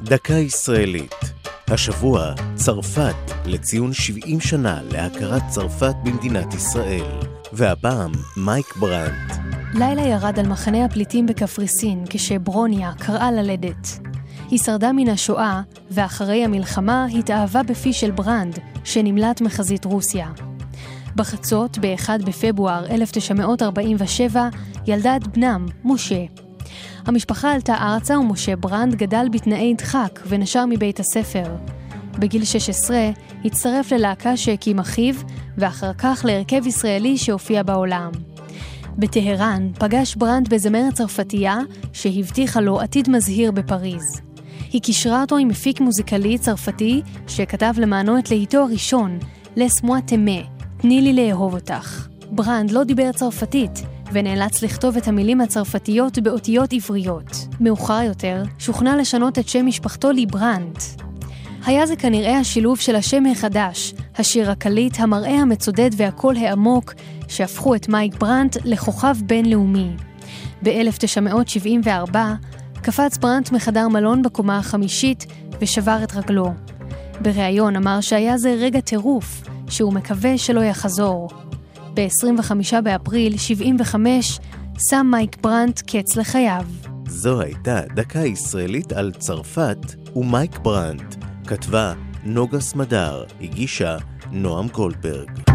דקה ישראלית. השבוע צרפת לציון 70 שנה להכרת צרפת במדינת ישראל. והפעם מייק ברנט. לילה ירד על מחנה הפליטים בקפריסין כשברוניה קראה ללדת. היא שרדה מן השואה, ואחרי המלחמה התאהבה בפי של ברנד, שנמלט מחזית רוסיה. בחצות, ב-1 בפברואר 1947, ילדה את בנם, משה. המשפחה עלתה ארצה ומשה ברנד גדל בתנאי דחק ונשר מבית הספר. בגיל 16 הצטרף ללהקה שהקים אחיו, ואחר כך להרכב ישראלי שהופיע בעולם. בטהרן פגש ברנד בזמרת צרפתייה שהבטיחה לו עתיד מזהיר בפריז. היא קישרה אותו עם מפיק מוזיקלי צרפתי שכתב למענו את להיטו הראשון, Laisse-moi t'aimer, תני לי לאהוב אותך. ברנד לא דיבר צרפתית ונאלץ לכתוב את המילים הצרפתיות באותיות עבריות. מאוחר יותר שוכנע לשנות את שם משפחתו לברנד. היה זה כנראה השילוב של השם החדש, השיר הקליט, המראה המצודד והקול העמוק, שהפכו את מייק ברנט לכוכב בינלאומי. ב-1974 קפץ ברנט מחדר מלון בקומה החמישית ושבר את רגלו. בריאיון אמר שהיה זה רגע טירוף, שהוא מקווה שלא יחזור. ב-25 באפריל 75 שם מייק ברנט קץ לחייו. זו הייתה דקה ישראלית על צרפת ומייק ברנט. כתבה נוגה סמדר, הגישה נועם גולדברג.